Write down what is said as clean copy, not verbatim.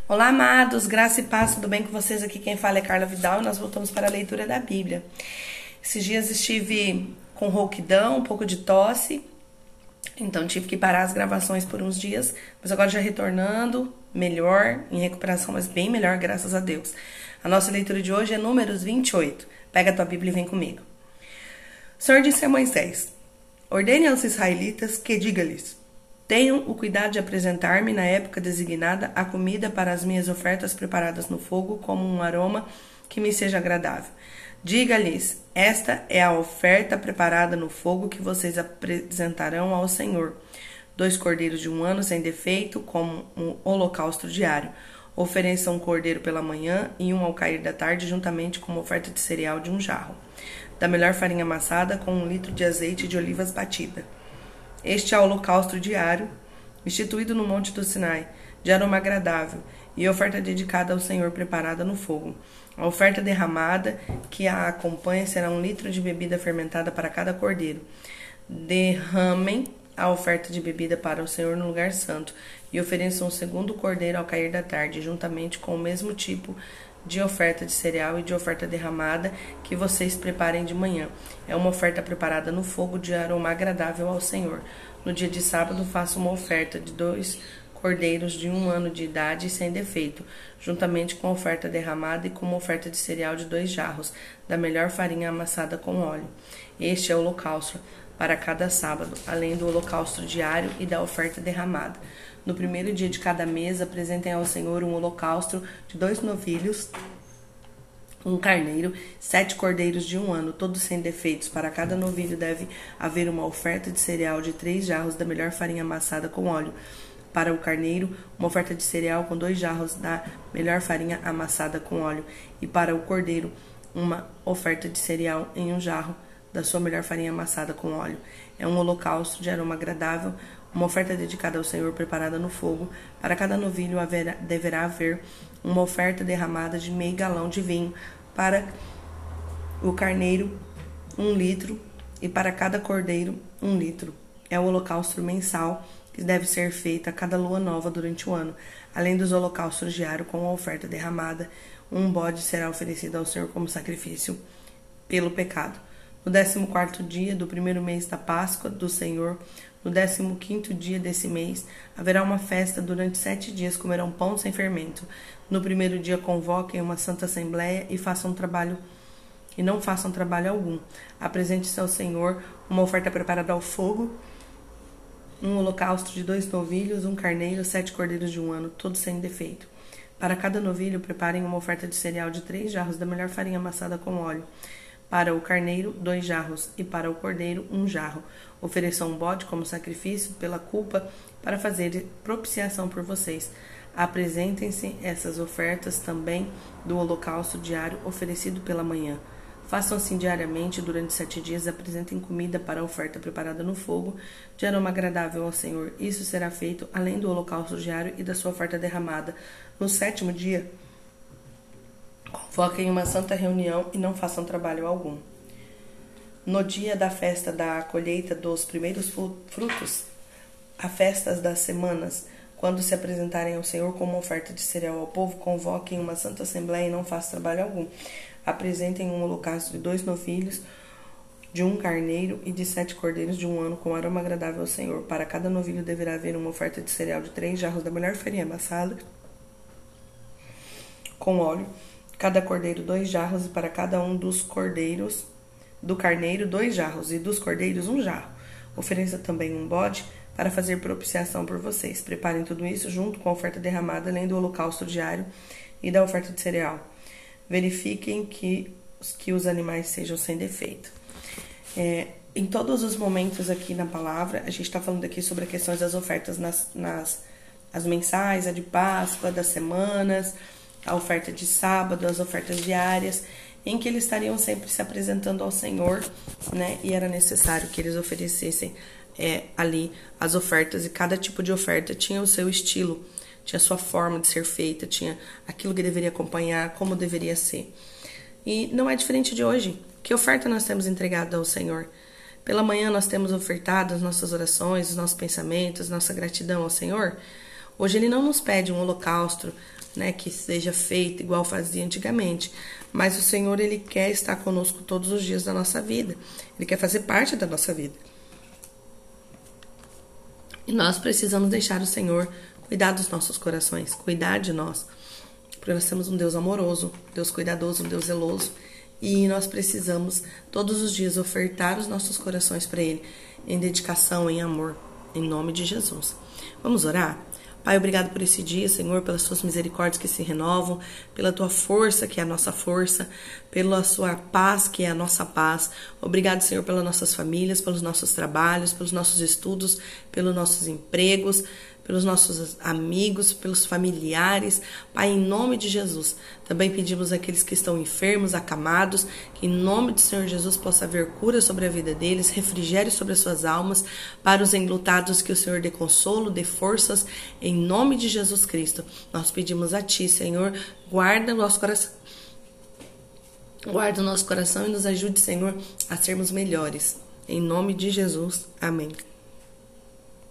Olá, amados, graça e paz, tudo bem com vocês? Aqui quem fala é Carla Vidal e nós voltamos para a leitura da Bíblia. Esses dias estive com rouquidão, um pouco de tosse, então tive que parar as gravações por uns dias, mas agora já retornando, melhor, em recuperação, mas bem melhor, graças a Deus. A nossa leitura de hoje é Números 28. Pega a tua Bíblia e vem comigo. O Senhor disse a Moisés: ordene aos israelitas que diga-lhes: tenham o cuidado de apresentar-me na época designada a comida para as minhas ofertas preparadas no fogo, como um aroma que me seja agradável. Diga-lhes: esta é a oferta preparada no fogo que vocês apresentarão ao Senhor. 2 cordeiros de 1 ano sem defeito, como um holocausto diário. Ofereçam um cordeiro pela manhã e um ao cair da tarde, juntamente com uma oferta de cereal de 1 jarro. Da melhor farinha amassada, com 1 litro de azeite de olivas batida. Este é o holocausto diário, instituído no Monte do Sinai, de aroma agradável, e oferta dedicada ao Senhor preparada no fogo. A oferta derramada que a acompanha será 1 litro de bebida fermentada para cada cordeiro. Derramem a oferta de bebida para o Senhor no lugar santo, e ofereçam um segundo cordeiro ao cair da tarde, juntamente com o mesmo tipo de oferta de cereal e de oferta derramada que vocês preparem de manhã. É uma oferta preparada no fogo de aroma agradável ao Senhor. No dia de sábado, faça uma oferta de 2 cordeiros de 1 ano de idade sem defeito, juntamente com a oferta derramada e com uma oferta de cereal de 2 jarros, da melhor farinha amassada com óleo. Este é o holocausto para cada sábado, além do holocausto diário e da oferta derramada. No primeiro dia de cada mês, apresentem ao Senhor um holocausto de 2 novilhos, 1 carneiro, 7 cordeiros de 1 ano, todos sem defeitos. Para cada novilho deve haver uma oferta de cereal de 3 jarros da melhor farinha amassada com óleo. Para o carneiro, uma oferta de cereal com 2 jarros da melhor farinha amassada com óleo. E para o cordeiro, uma oferta de cereal em 1 jarro da sua melhor farinha amassada com óleo. É um holocausto de aroma agradável, uma oferta dedicada ao Senhor preparada no fogo. Para cada novilho deverá haver uma oferta derramada de meio galão de vinho. Para o carneiro, 1 litro. E para cada cordeiro, 1 litro. É o holocausto mensal que deve ser feito a cada lua nova durante o ano. Além dos holocaustos diários com a oferta derramada, um bode será oferecido ao Senhor como sacrifício pelo pecado. No 14º dia do primeiro mês da Páscoa do Senhor, no 15º dia desse mês, haverá uma festa. Durante 7 dias comerão pão sem fermento. No primeiro dia convoquem uma santa assembleia e não façam trabalho algum. Apresente-se ao Senhor uma oferta preparada ao fogo, um holocausto de 2 novilhos, 1 carneiro, 7 cordeiros de 1 ano, todos sem defeito. Para cada novilho, preparem uma oferta de cereal de 3 jarros da melhor farinha amassada com óleo. Para o carneiro, 2 jarros, e para o cordeiro, 1 jarro. Ofereçam um bode como sacrifício pela culpa, para fazer propiciação por vocês. Apresentem-se essas ofertas também do holocausto diário oferecido pela manhã. Façam assim diariamente, durante 7 dias, apresentem comida para a oferta preparada no fogo, de aroma agradável ao Senhor. Isso será feito além do holocausto diário e da sua oferta derramada. No 7º dia, convoquem uma santa reunião e não façam trabalho algum. No dia da festa da colheita dos primeiros frutos, a festas das semanas, quando se apresentarem ao Senhor como oferta de cereal ao povo, convoquem uma santa assembleia e não façam trabalho algum. Apresentem um holocausto de 2 novilhos, de 1 carneiro e de 7 cordeiros de 1 ano, com aroma agradável ao Senhor. Para cada novilho deverá haver uma oferta de cereal de 3 jarros da melhor farinha amassada com óleo. Cada cordeiro 2 jarros, e para cada um dos cordeiros do carneiro 2 jarros, e dos cordeiros 1 jarro. Ofereça também um bode para fazer propiciação por vocês. Preparem tudo isso junto com a oferta derramada, além do holocausto diário e da oferta de cereal. Verifiquem que os animais sejam sem defeito. Em todos os momentos aqui na palavra, a gente está falando aqui sobre as questões das ofertas as mensais, a de Páscoa, das semanas, a oferta de sábado, as ofertas diárias, em que eles estariam sempre se apresentando ao Senhor, né? E era necessário que eles oferecessem ali as ofertas, e cada tipo de oferta tinha o seu estilo, tinha a sua forma de ser feita, tinha aquilo que deveria acompanhar, como deveria ser. E não é diferente de hoje. Que oferta nós temos entregado ao Senhor? Pela manhã nós temos ofertado as nossas orações, os nossos pensamentos, nossa gratidão ao Senhor. Hoje Ele não nos pede um holocausto né, que seja feita igual fazia antigamente. Mas o Senhor, Ele quer estar conosco todos os dias da nossa vida. Ele quer fazer parte da nossa vida. E nós precisamos deixar o Senhor cuidar dos nossos corações, cuidar de nós. Porque nós temos um Deus amoroso, um Deus cuidadoso, um Deus zeloso. E nós precisamos todos os dias ofertar os nossos corações para Ele, em dedicação, em amor, em nome de Jesus. Vamos orar? Pai, obrigado por esse dia, Senhor, pelas suas misericórdias que se renovam, pela tua força, que é a nossa força, pela sua paz, que é a nossa paz. Obrigado, Senhor, pelas nossas famílias, pelos nossos trabalhos, pelos nossos estudos, pelos nossos empregos, pelos nossos amigos, pelos familiares. Pai, em nome de Jesus, também pedimos àqueles que estão enfermos, acamados, que em nome do Senhor Jesus possa haver cura sobre a vida deles, refrigério sobre as suas almas, para os enlutados que o Senhor dê consolo, dê forças, em nome de Jesus Cristo. Nós pedimos a Ti, Senhor, guarda o nosso coração. Guarda o nosso coração e nos ajude, Senhor, a sermos melhores. Em nome de Jesus. Amém.